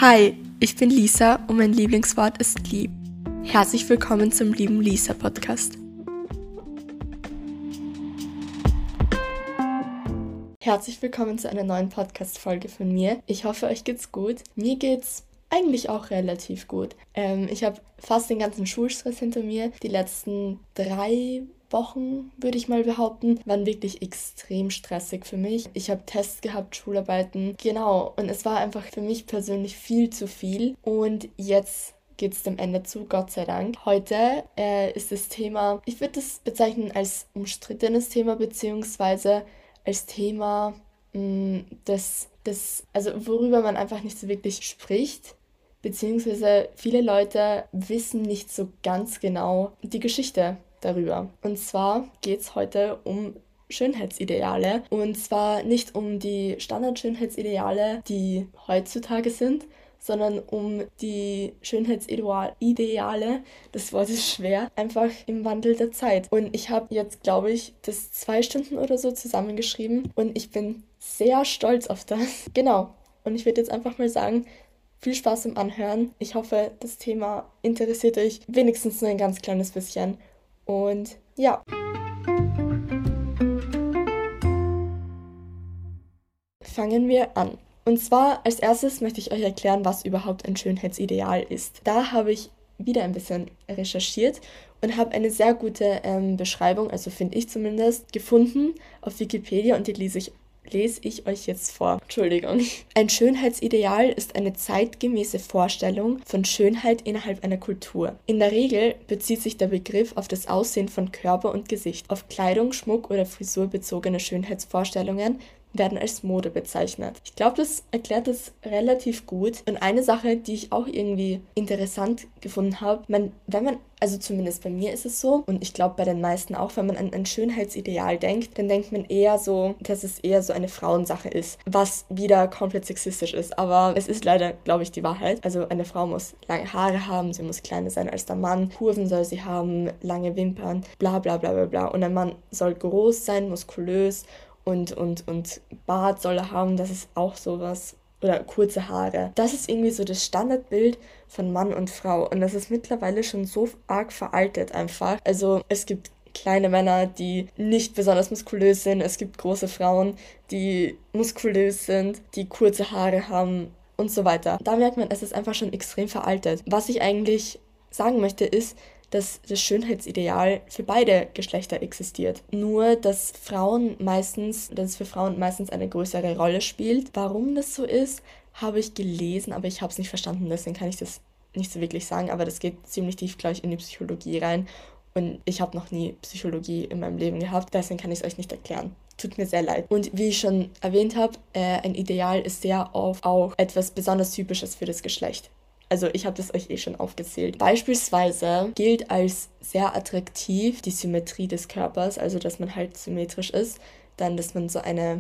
Hi, ich bin Lisa und mein Lieblingswort ist lieb. Herzlich willkommen zum lieben Lisa Podcast. Herzlich willkommen zu einer neuen Podcast-Folge von mir. Ich hoffe, euch geht's gut. Mir geht's eigentlich auch relativ gut. Ich habe fast den ganzen Schulstress hinter mir. Die letzten 3 Wochen, würde ich mal behaupten, waren wirklich extrem stressig für mich. Ich habe Tests gehabt, Schularbeiten, genau. Und es war einfach für mich persönlich viel zu viel. Und jetzt geht es dem Ende zu, Gott sei Dank. Heute ist das Thema, ich würde das bezeichnen als umstrittenes Thema, beziehungsweise als Thema, also worüber man einfach nicht so wirklich spricht. Beziehungsweise viele Leute wissen nicht so ganz genau die Geschichte darüber. Und zwar geht es heute um Schönheitsideale. Und zwar nicht um die Standard-Schönheitsideale, die heutzutage sind, sondern um die Schönheitsideale, das Wort ist schwer, einfach im Wandel der Zeit. Und ich habe jetzt, glaube ich, das 2 Stunden oder so zusammengeschrieben und ich bin sehr stolz auf das. Genau. Und ich würde jetzt einfach mal sagen, viel Spaß im Anhören. Ich hoffe, das Thema interessiert euch wenigstens nur ein ganz kleines bisschen. Und ja. Fangen wir an. Und zwar als erstes möchte ich euch erklären, was überhaupt ein Schönheitsideal ist. Da habe ich wieder ein bisschen recherchiert und habe eine sehr gute Beschreibung, also finde ich zumindest, gefunden auf Wikipedia und die lese ich euch jetzt vor. Entschuldigung. Ein Schönheitsideal ist eine zeitgemäße Vorstellung von Schönheit innerhalb einer Kultur. In der Regel bezieht sich der Begriff auf das Aussehen von Körper und Gesicht. Auf Kleidung, Schmuck oder Frisur bezogene Schönheitsvorstellungen werden als Mode bezeichnet. Ich glaube, das erklärt es relativ gut. Und eine Sache, die ich auch irgendwie interessant gefunden habe, also zumindest bei mir ist es so, und ich glaube bei den meisten auch, wenn man an ein Schönheitsideal denkt, dann denkt man eher so, dass es eher so eine Frauensache ist, was wieder komplett sexistisch ist. Aber es ist leider, glaube ich, die Wahrheit. Also eine Frau muss lange Haare haben, sie muss kleiner sein als der Mann, Kurven soll sie haben, lange Wimpern, bla bla bla bla bla. Und ein Mann soll groß sein, muskulös und Bart soll er haben, das ist auch sowas. Oder kurze Haare. Das ist irgendwie so das Standardbild von Mann und Frau. Und das ist mittlerweile schon so arg veraltet einfach. Also es gibt kleine Männer, die nicht besonders muskulös sind. Es gibt große Frauen, die muskulös sind, die kurze Haare haben und so weiter. Da merkt man, es ist einfach schon extrem veraltet. Was ich eigentlich sagen möchte ist, dass das Schönheitsideal für beide Geschlechter existiert. Nur, dass es für Frauen meistens eine größere Rolle spielt. Warum das so ist, habe ich gelesen, aber ich habe es nicht verstanden, deswegen kann ich das nicht so wirklich sagen, aber das geht ziemlich tief gleich in die Psychologie rein und ich habe noch nie Psychologie in meinem Leben gehabt, deswegen kann ich es euch nicht erklären. Tut mir sehr leid. Und wie ich schon erwähnt habe, ein Ideal ist sehr oft auch etwas besonders Typisches für das Geschlecht. Also ich habe das euch schon aufgezählt. Beispielsweise gilt als sehr attraktiv die Symmetrie des Körpers, also dass man halt symmetrisch ist. Dann, dass man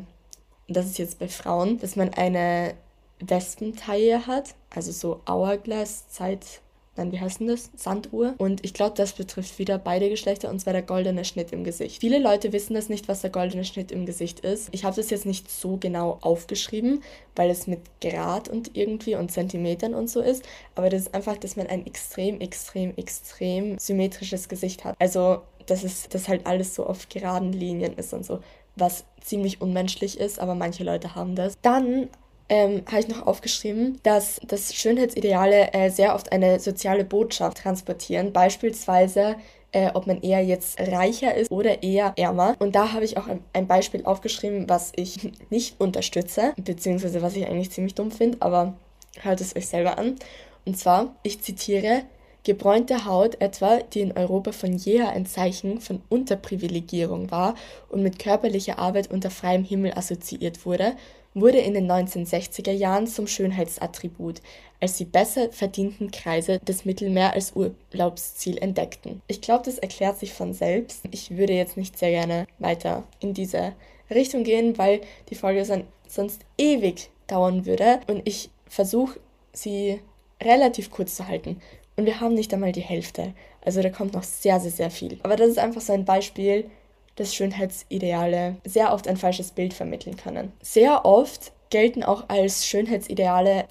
das ist jetzt bei Frauen, dass man eine Wespentaille hat, also so Hourglass, wie heißt denn das? Sanduhr. Und ich glaube, das betrifft wieder beide Geschlechter, und zwar der goldene Schnitt im Gesicht. Viele Leute wissen das nicht, was der goldene Schnitt im Gesicht ist. Ich habe das jetzt nicht so genau aufgeschrieben, weil es mit Grad und irgendwie und Zentimetern und so ist. Aber das ist einfach, dass man ein extrem, extrem, extrem symmetrisches Gesicht hat. Also, dass halt alles so auf geraden Linien ist und so, was ziemlich unmenschlich ist, aber manche Leute haben das. Dann habe ich noch aufgeschrieben, dass Schönheitsideale sehr oft eine soziale Botschaft transportieren. Beispielsweise, ob man eher jetzt reicher ist oder eher ärmer. Und da habe ich auch ein Beispiel aufgeschrieben, was ich nicht unterstütze, beziehungsweise was ich eigentlich ziemlich dumm finde, aber hört es euch selber an. Und zwar, ich zitiere: Gebräunte Haut etwa, die in Europa von jeher ein Zeichen von Unterprivilegierung war und mit körperlicher Arbeit unter freiem Himmel assoziiert wurde in den 1960er Jahren zum Schönheitsattribut, als die besser verdienten Kreise das Mittelmeer als Urlaubsziel entdeckten. Ich glaube, das erklärt sich von selbst. Ich würde jetzt nicht sehr gerne weiter in diese Richtung gehen, weil die Folge sonst ewig dauern würde und ich versuche, sie relativ kurz zu halten. Und wir haben nicht einmal die Hälfte. Also da kommt noch sehr, sehr, sehr viel. Aber das ist einfach so ein Beispiel, dass Schönheitsideale sehr oft ein falsches Bild vermitteln können. Sehr oft gelten auch als Schönheitsideale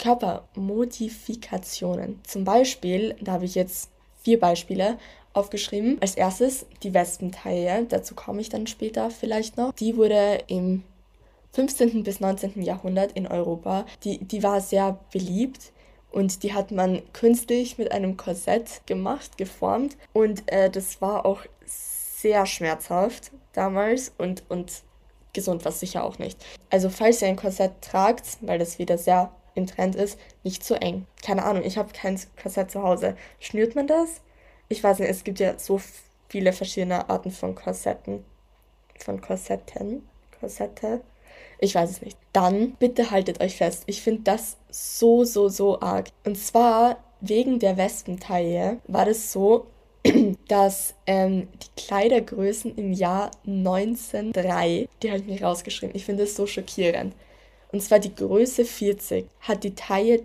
Körpermodifikationen. Zum Beispiel, da habe ich jetzt 4 Beispiele aufgeschrieben. Als erstes die Wespentaille, dazu komme ich dann später vielleicht noch. Die wurde im 15. bis 19. Jahrhundert in Europa. Die war sehr beliebt und die hat man künstlich mit einem Korsett gemacht, geformt. Und das war auch sehr schmerzhaft damals und gesund war es sicher auch nicht. Also falls ihr ein Korsett tragt, weil das wieder sehr im Trend ist, nicht zu eng. Keine Ahnung, ich habe kein Korsett zu Hause. Schnürt man das? Ich weiß nicht, es gibt ja so viele verschiedene Arten von Korsetten. Von Korsetten? Korsette? Ich weiß es nicht. Dann bitte haltet euch fest. Ich finde das so, so, so arg. Und zwar wegen der Wespentaille war das so, dass die Kleidergrößen im Jahr 1903, die habe ich mir rausgeschrieben, ich finde das so schockierend. Und zwar die Größe 40 hat die Taille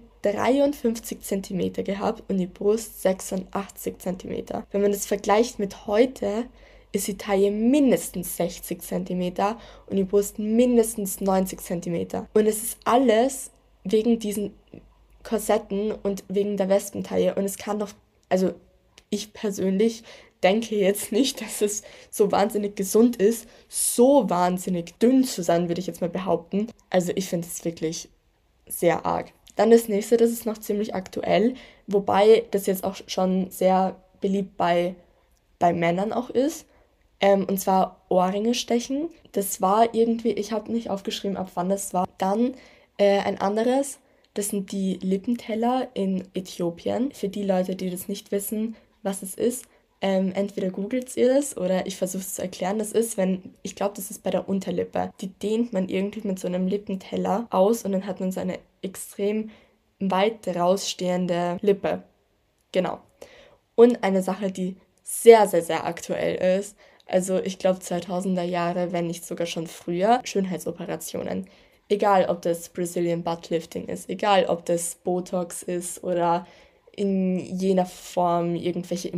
53 Zentimeter gehabt und die Brust 86 Zentimeter. Wenn man das vergleicht mit heute, ist die Taille mindestens 60 Zentimeter und die Brust mindestens 90 Zentimeter. Und es ist alles wegen diesen Korsetten und wegen der Wespentaille. Und es kann doch, also ich persönlich denke jetzt nicht, dass es so wahnsinnig gesund ist, so wahnsinnig dünn zu sein, würde ich jetzt mal behaupten. Also ich finde es wirklich sehr arg. Dann das nächste, das ist noch ziemlich aktuell, wobei das jetzt auch schon sehr beliebt bei Männern auch ist. Und zwar Ohrringe stechen. Das war irgendwie, ich habe nicht aufgeschrieben, ab wann das war. Dann ein anderes, das sind die Lippenteller in Äthiopien. Für die Leute, die das nicht wissen, was es ist, entweder googelt ihr das oder ich versuche es zu erklären. Das ist, ich glaube, das ist bei der Unterlippe. Die dehnt man irgendwie mit so einem Lippenteller aus und dann hat man so eine extrem weit rausstehende Lippe. Genau. Und eine Sache, die sehr, sehr, sehr aktuell ist, also ich glaube 2000er Jahre, wenn nicht sogar schon früher, Schönheitsoperationen. Egal, ob das Brazilian Butt Lifting ist, egal, ob das Botox ist oder in jener Form irgendwelche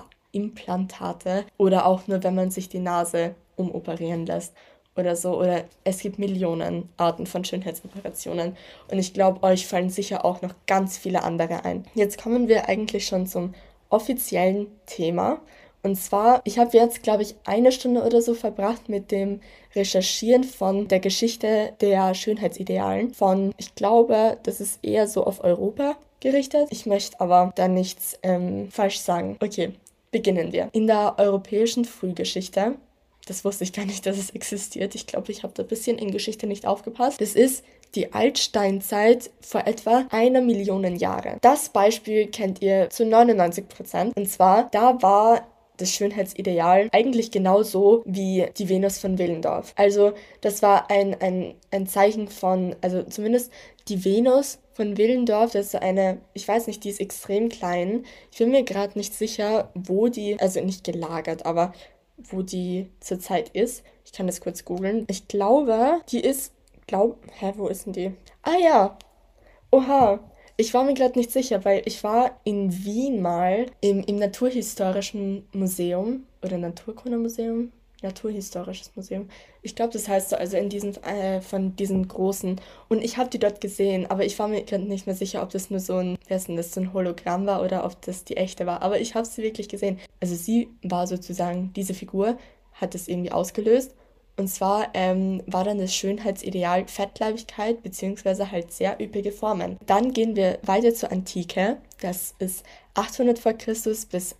Implantate oder auch nur, wenn man sich die Nase umoperieren lässt oder so. Oder es gibt Millionen Arten von Schönheitsoperationen und ich glaube, euch fallen sicher auch noch ganz viele andere ein. Jetzt kommen wir eigentlich schon zum offiziellen Thema. Und zwar, ich habe jetzt, glaube ich, 1 Stunde oder so verbracht mit dem Recherchieren von der Geschichte der Schönheitsidealen. Ich glaube, das ist eher so auf Europa gerichtet. Ich möchte aber da nichts falsch sagen. Okay, beginnen wir. In der europäischen Frühgeschichte, das wusste ich gar nicht, dass es existiert. Ich glaube, ich habe da ein bisschen in Geschichte nicht aufgepasst. Das ist die Altsteinzeit vor etwa 1 Million Jahre. Das Beispiel kennt ihr zu 99%. Und zwar, da war das Schönheitsideal eigentlich genauso wie die Venus von Willendorf. Also das war ein Zeichen von, also zumindest die Venus von Willendorf, das ist eine, ich weiß nicht, die ist extrem klein. Ich bin mir gerade nicht sicher, wo die, also nicht gelagert, aber wo die zurzeit ist. Ich kann das kurz googeln. Ich glaube, die ist, wo ist denn die? Ah ja, oha. Ich war mir gerade nicht sicher, weil ich war in Wien mal im Naturhistorischen Museum oder Naturkundemuseum, Naturhistorisches Museum. Ich glaube, das heißt so, also in diesen, von diesen großen. Und ich habe die dort gesehen, aber ich war mir gerade nicht mehr sicher, ob das nur so ein, wer ist denn das, so ein Hologramm war oder ob das die echte war. Aber ich habe sie wirklich gesehen. Also sie war sozusagen, diese Figur hat es irgendwie ausgelöst. Und zwar war dann das Schönheitsideal Fettleibigkeit beziehungsweise halt sehr üppige Formen. Dann gehen wir weiter zur Antike. Das ist 800 vor Christus bis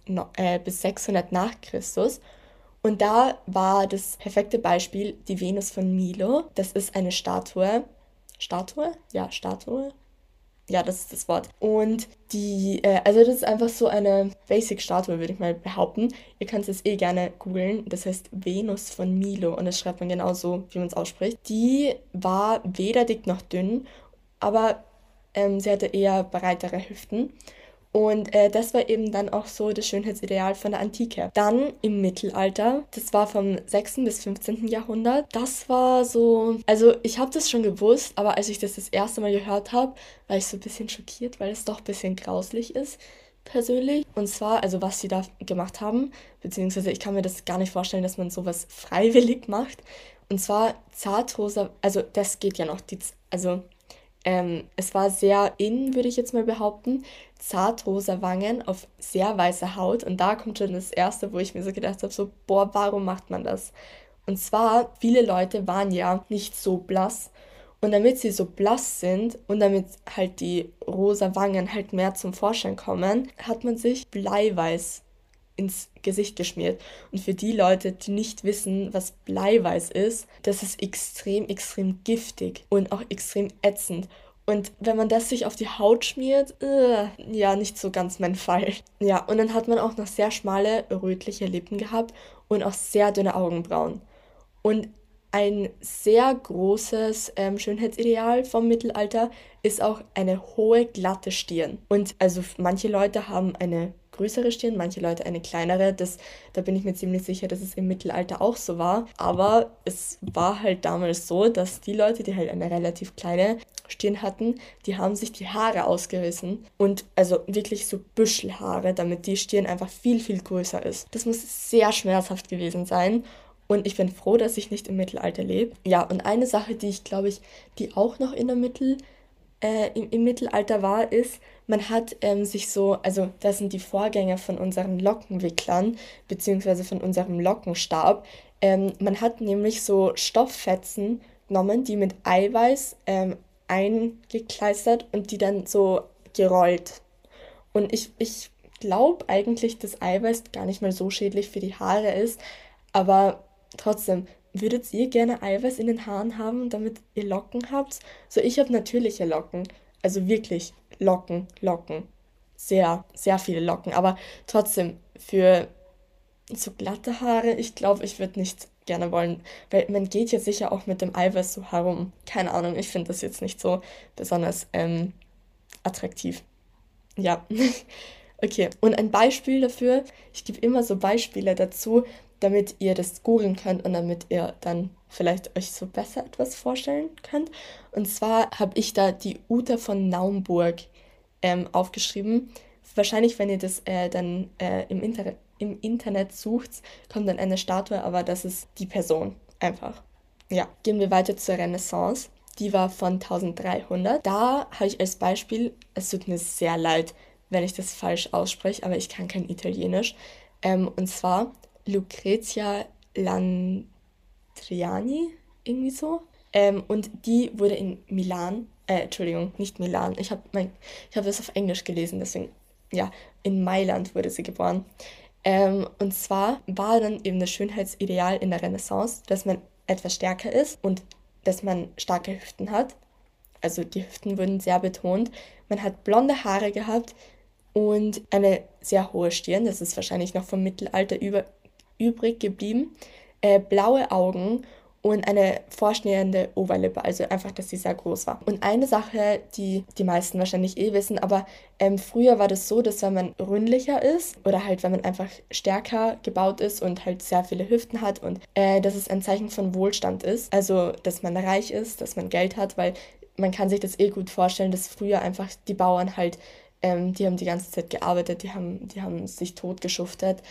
600 nach Christus. Und da war das perfekte Beispiel die Venus von Milo. Das ist eine Statue. Statue? Ja, Statue. Ja, das ist das Wort. Und also das ist einfach so eine Basic-Statue, würde ich mal behaupten. Ihr könnt es gerne googeln. Das heißt Venus von Milo und das schreibt man genauso, wie man es ausspricht. Die war weder dick noch dünn, aber sie hatte eher breitere Hüften. Und das war eben dann auch so das Schönheitsideal von der Antike. Dann im Mittelalter, das war vom 6. bis 15. Jahrhundert. Das war so, also ich habe das schon gewusst, aber als ich das erste Mal gehört habe, war ich so ein bisschen schockiert, weil es doch ein bisschen grauslich ist, persönlich. Und zwar, also was sie da gemacht haben, beziehungsweise ich kann mir das gar nicht vorstellen, dass man sowas freiwillig macht. Und zwar zartrosa, also das geht ja noch, es war sehr in, würde ich jetzt mal behaupten, zartrosa Wangen auf sehr weißer Haut. Und da kommt schon das Erste, wo ich mir so gedacht habe, so, boah, warum macht man das? Und zwar, viele Leute waren ja nicht so blass. Und damit sie so blass sind und damit halt die rosa Wangen halt mehr zum Vorschein kommen, hat man sich Bleiweiß ins Gesicht geschmiert. Und für die Leute, die nicht wissen, was Bleiweiß ist, das ist extrem, extrem giftig und auch extrem ätzend. Und wenn man das sich auf die Haut schmiert, ja, nicht so ganz mein Fall. Ja, und dann hat man auch noch sehr schmale, rötliche Lippen gehabt und auch sehr dünne Augenbrauen. Und ein sehr großes Schönheitsideal vom Mittelalter ist auch eine hohe, glatte Stirn. Und also manche Leute haben eine größere Stirn, manche Leute eine kleinere. Da bin ich mir ziemlich sicher, dass es im Mittelalter auch so war. Aber es war halt damals so, dass die Leute, die halt eine relativ kleine Stirn hatten, die haben sich die Haare ausgerissen. Und also wirklich so Büschelhaare, damit die Stirn einfach viel, viel größer ist. Das muss sehr schmerzhaft gewesen sein. Und ich bin froh, dass ich nicht im Mittelalter lebe. Ja, und eine Sache, die ich glaube ich, die auch noch im Mittelalter war, ist, man hat sich so, also das sind die Vorgänger von unseren Lockenwicklern, beziehungsweise von unserem Lockenstab. Man hat nämlich so Stofffetzen genommen, die mit Eiweiß eingekleistert und die dann so gerollt. Und ich glaube eigentlich, dass Eiweiß gar nicht mal so schädlich für die Haare ist, aber trotzdem, würdet ihr gerne Eiweiß in den Haaren haben, damit ihr Locken habt? So, ich habe natürliche Locken. Also wirklich Locken, Locken. Sehr, sehr viele Locken. Aber trotzdem, für so glatte Haare, ich glaube, ich würde nicht gerne wollen, weil man geht ja sicher auch mit dem Eiweiß so herum. Keine Ahnung, ich finde das jetzt nicht so besonders attraktiv. Ja, okay. Und ein Beispiel dafür, ich gebe immer so Beispiele dazu, damit ihr das googeln könnt und damit ihr dann vielleicht euch so besser etwas vorstellen könnt. Und zwar habe ich da die Uta von Naumburg aufgeschrieben. Wahrscheinlich, wenn ihr das dann im Internet sucht, kommt dann eine Statue, aber das ist die Person einfach. Ja, gehen wir weiter zur Renaissance. Die war von 1300. Da habe ich als Beispiel, es tut mir sehr leid, wenn ich das falsch ausspreche, aber ich kann kein Italienisch. Und zwar Lucrezia Landriani, irgendwie so. Und die wurde in Milan, Entschuldigung, nicht Milan, ich hab das auf Englisch gelesen, deswegen, ja, in Mailand wurde sie geboren. Und zwar war dann eben das Schönheitsideal in der Renaissance, dass man etwas stärker ist und dass man starke Hüften hat. Also die Hüften wurden sehr betont. Man hat blonde Haare gehabt und eine sehr hohe Stirn. Das ist wahrscheinlich noch vom Mittelalter übrig geblieben. Blaue Augen und eine vorstehende Oberlippe, also einfach, dass sie sehr groß war. Und eine Sache, die die meisten wahrscheinlich eh wissen, aber früher war das so, dass wenn man rundlicher ist oder halt wenn man einfach stärker gebaut ist und halt sehr viele Hüften hat und dass es ein Zeichen von Wohlstand ist, also dass man reich ist, dass man Geld hat, weil man kann sich das eh gut vorstellen, dass früher einfach die Bauern halt, die haben die ganze Zeit gearbeitet, die haben sich totgeschuftet,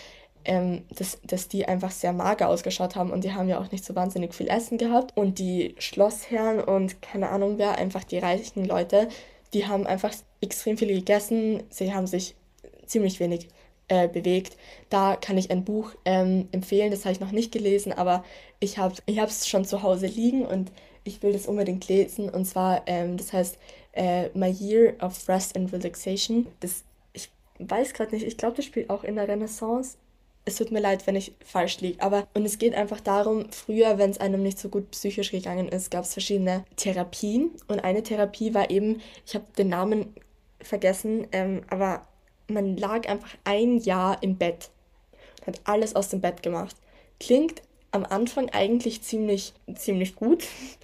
dass die einfach sehr mager ausgeschaut haben und die haben ja auch nicht so wahnsinnig viel Essen gehabt. Und die Schlossherren und keine Ahnung wer, einfach die reichen Leute, die haben einfach extrem viel gegessen, sie haben sich ziemlich wenig bewegt. Da kann ich ein Buch empfehlen, das habe ich noch nicht gelesen, aber ich habe es schon zu Hause liegen und ich will das unbedingt lesen. Und zwar, das heißt My Year of Rest and Relaxation. Ich weiß gerade nicht, ich glaube, das spielt auch in der Renaissance. Es tut mir leid, wenn ich falsch liege, aber und es geht einfach darum, früher, wenn es einem nicht so gut psychisch gegangen ist, gab es verschiedene Therapien und eine Therapie war eben, ich habe den Namen vergessen, aber man lag einfach ein Jahr im Bett und hat alles aus dem Bett gemacht. Klingt am Anfang eigentlich ziemlich, ziemlich gut,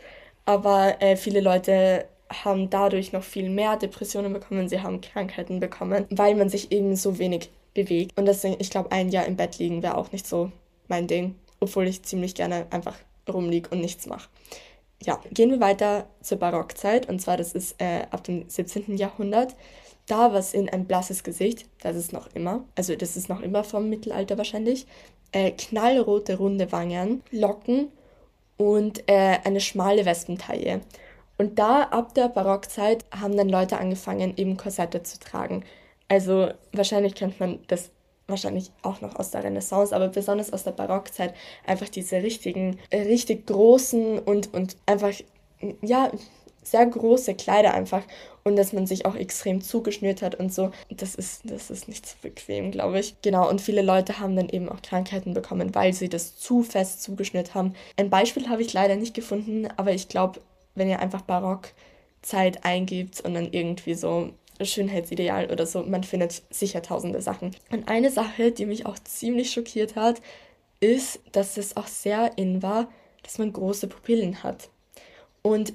aber viele Leute haben dadurch noch viel mehr Depressionen bekommen, sie haben Krankheiten bekommen, weil man sich eben so wenig bewegt. Und deswegen, ich glaube, ein Jahr im Bett liegen wäre auch nicht so mein Ding, obwohl ich ziemlich gerne einfach rumliege und nichts mache. Ja, gehen wir weiter zur Barockzeit und zwar das ist ab dem 17. Jahrhundert. Da war es in ein blasses Gesicht, das ist noch immer, also das ist noch immer vom Mittelalter wahrscheinlich, knallrote runde Wangen, Locken und eine schmale Wespentaille. Und da ab der Barockzeit haben dann Leute angefangen, eben Korsette zu tragen. Also wahrscheinlich kennt man das wahrscheinlich auch noch aus der Renaissance, aber besonders aus der Barockzeit einfach diese richtig großen und einfach, ja, sehr große Kleider einfach und dass man sich auch extrem zugeschnürt hat und so. Das ist nicht so bequem, glaube ich. Genau, und viele Leute haben dann eben auch Krankheiten bekommen, weil sie das zu fest zugeschnürt haben. Ein Beispiel habe ich leider nicht gefunden, aber ich glaube, wenn ihr einfach Barockzeit eingibt und dann irgendwie so Schönheitsideal oder so, man findet sicher tausende Sachen. Und eine Sache, die mich auch ziemlich schockiert hat, ist, dass es auch sehr in war, dass man große Pupillen hat. Und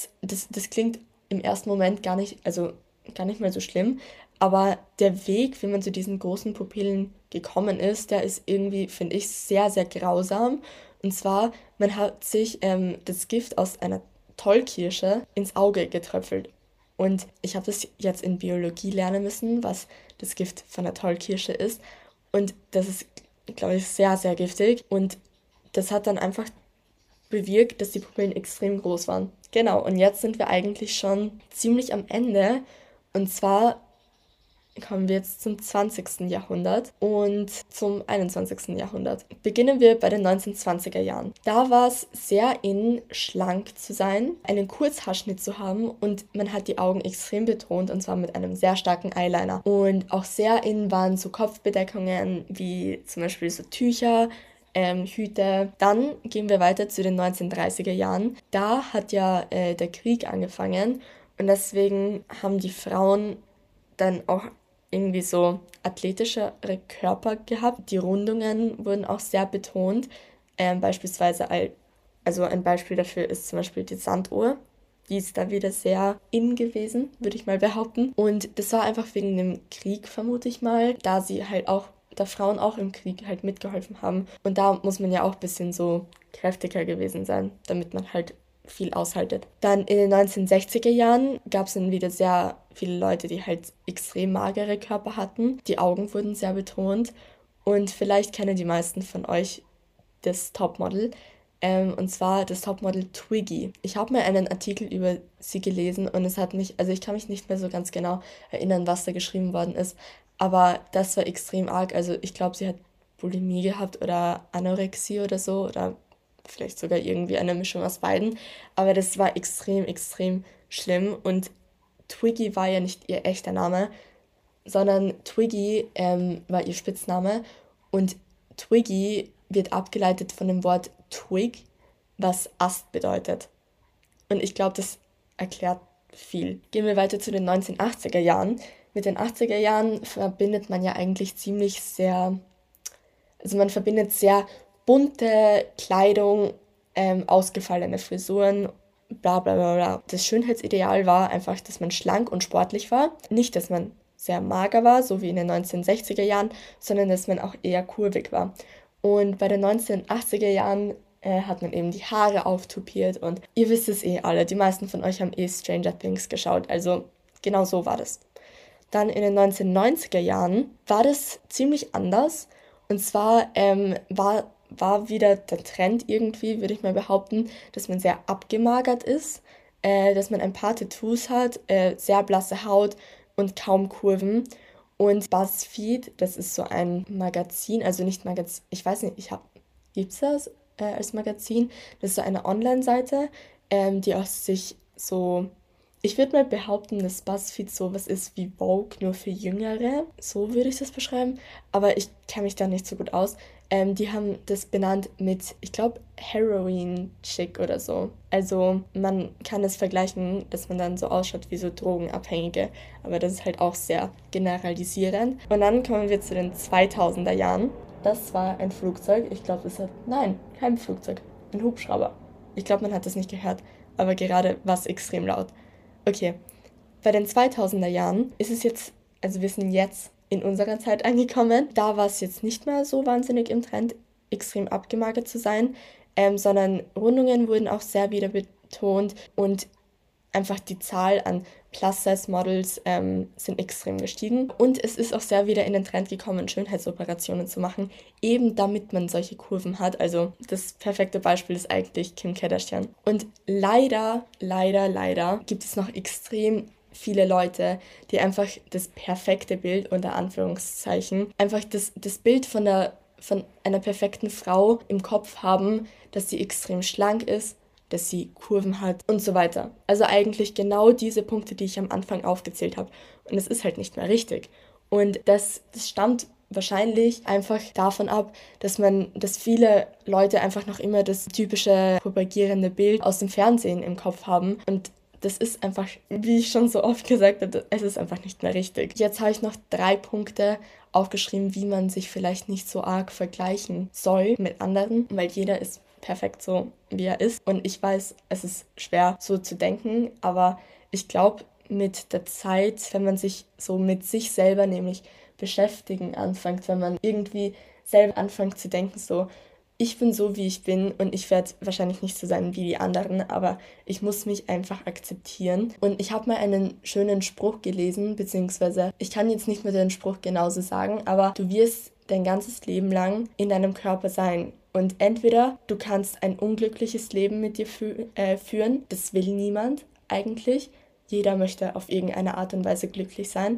das klingt im ersten Moment gar nicht, also gar nicht mal so schlimm, aber der Weg, wie man zu diesen großen Pupillen gekommen ist, der ist irgendwie, finde ich, sehr, sehr grausam. Und zwar, man hat sich das Gift aus einer Tollkirsche ins Auge getröpfelt. Und ich habe das jetzt in Biologie lernen müssen, was das Gift von der Tollkirsche ist. Und das ist, glaube ich, sehr, sehr giftig. Und das hat dann einfach bewirkt, dass die Pupillen extrem groß waren. Genau, und jetzt sind wir eigentlich schon ziemlich am Ende. Und zwar kommen wir jetzt zum 20. Jahrhundert und zum 21. Jahrhundert. Beginnen wir bei den 1920er Jahren. Da war es sehr in, schlank zu sein, einen Kurzhaarschnitt zu haben und man hat die Augen extrem betont und zwar mit einem sehr starken Eyeliner. Und auch sehr in waren so Kopfbedeckungen wie zum Beispiel so Tücher, Hüte. Dann gehen wir weiter zu den 1930er Jahren. Da hat ja der Krieg angefangen und deswegen haben die Frauen dann auch irgendwie so athletischere Körper gehabt. Die Rundungen wurden auch sehr betont. Beispielsweise, also ein Beispiel dafür ist zum Beispiel die Sanduhr. Die ist da wieder sehr in gewesen, würde ich mal behaupten. Und das war einfach wegen dem Krieg, vermute ich mal, da sie halt auch, da Frauen auch im Krieg halt mitgeholfen haben. Und da muss man ja auch ein bisschen so kräftiger gewesen sein, damit man halt viel aushaltet. Dann in den 1960er Jahren gab es dann wieder sehr viele Leute, die halt extrem magere Körper hatten. Die Augen wurden sehr betont und vielleicht kennen die meisten von euch das Topmodel. Und zwar das Topmodel Twiggy. Ich habe mal einen Artikel über sie gelesen und es hat mich, also ich kann mich nicht mehr so ganz genau erinnern, was da geschrieben worden ist, aber das war extrem arg. Also ich glaube, sie hat Bulimie gehabt oder Anorexie oder so oder vielleicht sogar irgendwie eine Mischung aus beiden. Aber das war extrem, extrem schlimm. Und Twiggy war ja nicht ihr echter Name, sondern Twiggy war ihr Spitzname. Und Twiggy wird abgeleitet von dem Wort Twig, was Ast bedeutet. Und ich glaube, das erklärt viel. Gehen wir weiter zu den 1980er Jahren. Mit den 80er Jahren verbindet man ja eigentlich ziemlich sehr, also man verbindet sehr bunte Kleidung, ausgefallene Frisuren, bla bla bla bla. Das Schönheitsideal war einfach, dass man schlank und sportlich war. Nicht, dass man sehr mager war, so wie in den 1960er Jahren, sondern dass man auch eher kurvig war. Und bei den 1980er Jahren hat man eben die Haare auftupiert und ihr wisst es eh alle, die meisten von euch haben eh Stranger Things geschaut, also genau so war das. Dann in den 1990er Jahren war das ziemlich anders. Und zwar war wieder der Trend irgendwie, würde ich mal behaupten, dass man sehr abgemagert ist, dass man ein paar Tattoos hat, sehr blasse Haut und kaum Kurven. Und BuzzFeed, das ist so ein Magazin, also nicht Magazin, ich weiß nicht, gibt's das als Magazin? Das ist so eine Online-Seite, die auch sich so, ich würde mal behaupten, dass BuzzFeed sowas ist wie Vogue, nur für Jüngere. So würde ich das beschreiben. Aber ich kenne mich da nicht so gut aus. Die haben das benannt mit, ich glaube, Heroin Chick oder so. Also man kann es vergleichen, dass man dann so ausschaut wie so Drogenabhängige. Aber das ist halt auch sehr generalisierend. Und dann kommen wir zu den 2000er Jahren. Das war ein Flugzeug. Ich glaube, nein, kein Flugzeug. Ein Hubschrauber. Ich glaube, man hat das nicht gehört. Aber gerade war es extrem laut. Okay, bei den 2000er Jahren ist es jetzt, also wir sind jetzt in unserer Zeit angekommen. Da war es jetzt nicht mehr so wahnsinnig im Trend, extrem abgemagert zu sein, sondern Rundungen wurden auch sehr wieder betont und einfach die Zahl an Plus-Size-Models sind extrem gestiegen. Und es ist auch sehr wieder in den Trend gekommen, Schönheitsoperationen zu machen, eben damit man solche Kurven hat. Also das perfekte Beispiel ist eigentlich Kim Kardashian. Und leider, leider, leider gibt es noch extrem viele Leute, die einfach das perfekte Bild, unter Anführungszeichen, einfach das Bild von einer perfekten Frau im Kopf haben, dass sie extrem schlank ist, dass sie Kurven hat und so weiter. Also eigentlich genau diese Punkte, die ich am Anfang aufgezählt habe. Und es ist halt nicht mehr richtig. Und das stammt wahrscheinlich einfach davon ab, dass viele Leute einfach noch immer das typische propagierende Bild aus dem Fernsehen im Kopf haben. Und das ist einfach, wie ich schon so oft gesagt habe, es ist einfach nicht mehr richtig. Jetzt habe ich noch 3 Punkte aufgeschrieben, wie man sich vielleicht nicht so arg vergleichen soll mit anderen, weil jeder ist perfekt so, wie er ist. Und ich weiß, es ist schwer so zu denken, aber ich glaube, mit der Zeit, wenn man sich so mit sich selber nämlich beschäftigen anfängt, wenn man irgendwie selber anfängt zu denken, so, ich bin so, wie ich bin und ich werde wahrscheinlich nicht so sein wie die anderen, aber ich muss mich einfach akzeptieren. Und ich habe mal einen schönen Spruch gelesen, beziehungsweise ich kann jetzt nicht mehr den Spruch genauso sagen, aber du wirst dein ganzes Leben lang in deinem Körper sein. Und entweder du kannst ein unglückliches Leben mit dir führen, das will niemand eigentlich. Jeder möchte auf irgendeine Art und Weise glücklich sein.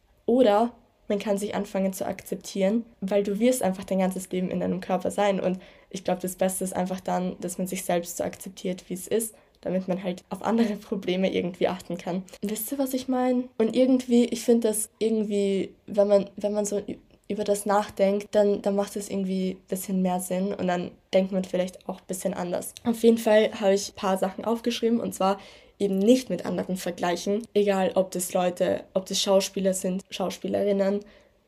Oder man kann sich anfangen zu akzeptieren, weil du wirst einfach dein ganzes Leben in deinem Körper sein. Und ich glaube, das Beste ist einfach dann, dass man sich selbst so akzeptiert, wie es ist, damit man halt auf andere Probleme irgendwie achten kann. Wisst ihr, was ich meine? Und irgendwie, ich finde das irgendwie, wenn man so über das nachdenkt, dann macht es irgendwie ein bisschen mehr Sinn und dann denkt man vielleicht auch ein bisschen anders. Auf jeden Fall habe ich ein paar Sachen aufgeschrieben und zwar eben nicht mit anderen vergleichen, egal ob das Schauspieler sind, Schauspielerinnen,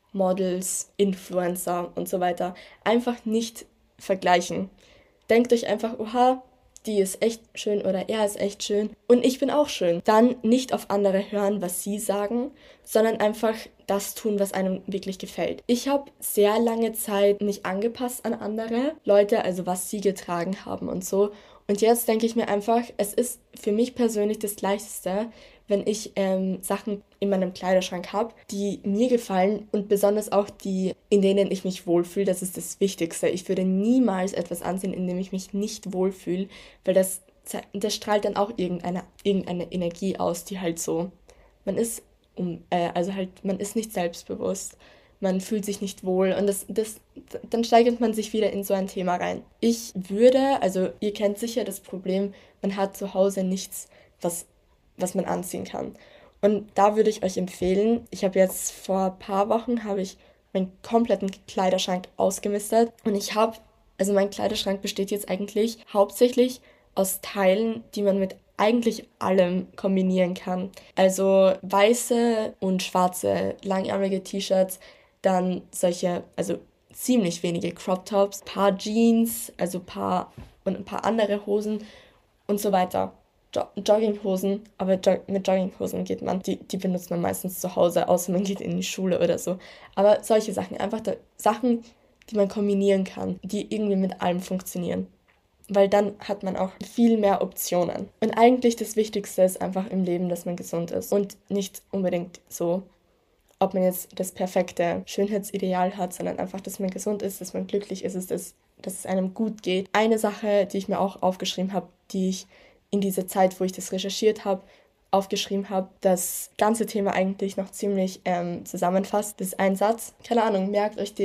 Models, Influencer und so weiter. Einfach nicht vergleichen. Denkt euch einfach, oha, die ist echt schön oder er ist echt schön und ich bin auch schön. Dann nicht auf andere hören, was sie sagen, sondern einfach das tun, was einem wirklich gefällt. Ich habe sehr lange Zeit mich angepasst an andere Leute, also was sie getragen haben und so. Und jetzt denke ich mir einfach, es ist für mich persönlich das Leichteste, wenn ich Sachen in meinem Kleiderschrank habe, die mir gefallen und besonders auch die, in denen ich mich wohlfühle. Das ist das Wichtigste. Ich würde niemals etwas anziehen, in dem ich mich nicht wohlfühle, weil das strahlt dann auch irgendeine Energie aus, die halt so, man ist also halt, man ist nicht selbstbewusst, man fühlt sich nicht wohl und dann steigert man sich wieder in so ein Thema rein. Also ihr kennt sicher das Problem, man hat zu Hause nichts, was man anziehen kann. Und da würde ich euch empfehlen, ich habe jetzt vor ein paar Wochen, habe ich meinen kompletten Kleiderschrank ausgemistet und also mein Kleiderschrank besteht jetzt eigentlich hauptsächlich aus Teilen, die man mit eigentlich allem kombinieren kann. Also weiße und schwarze langärmelige T-Shirts, dann also ziemlich wenige Crop Tops, paar Jeans, und ein paar andere Hosen und so weiter. Jogginghosen, aber mit Jogginghosen die benutzt man meistens zu Hause, außer man geht in die Schule oder so. Aber solche Sachen, einfach Sachen, die man kombinieren kann, die irgendwie mit allem funktionieren. Weil dann hat man auch viel mehr Optionen. Und eigentlich das Wichtigste ist einfach im Leben, dass man gesund ist. Und nicht unbedingt so, ob man jetzt das perfekte Schönheitsideal hat, sondern einfach, dass man gesund ist, dass man glücklich ist, dass es einem gut geht. Eine Sache, die ich mir auch aufgeschrieben habe, die ich in dieser Zeit, wo ich das recherchiert habe, aufgeschrieben habe, das ganze Thema eigentlich noch ziemlich zusammenfasst. Das ist ein Satz, keine Ahnung, merkt euch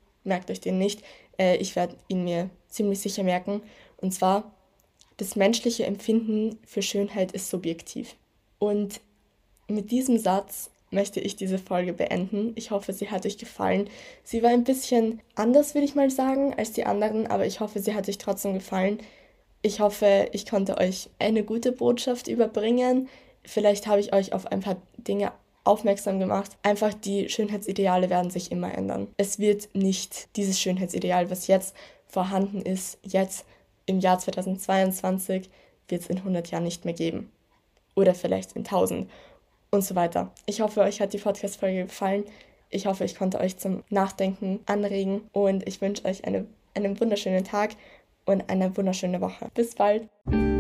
den nicht. Ich werde ihn mir ziemlich sicher merken. Und zwar, das menschliche Empfinden für Schönheit ist subjektiv. Und mit diesem Satz möchte ich diese Folge beenden. Ich hoffe, sie hat euch gefallen. Sie war ein bisschen anders, würde ich mal sagen, als die anderen, aber ich hoffe, sie hat euch trotzdem gefallen. Ich hoffe, ich konnte euch eine gute Botschaft überbringen. Vielleicht habe ich euch auf ein paar Dinge aufmerksam gemacht. Einfach die Schönheitsideale werden sich immer ändern. Es wird nicht dieses Schönheitsideal, was jetzt vorhanden ist, jetzt im Jahr 2022, wird es in 100 Jahren nicht mehr geben. Oder vielleicht in 1000 und so weiter. Ich hoffe, euch hat die Podcast-Folge gefallen. Ich hoffe, ich konnte euch zum Nachdenken anregen und ich wünsche euch einen wunderschönen Tag und eine wunderschöne Woche. Bis bald!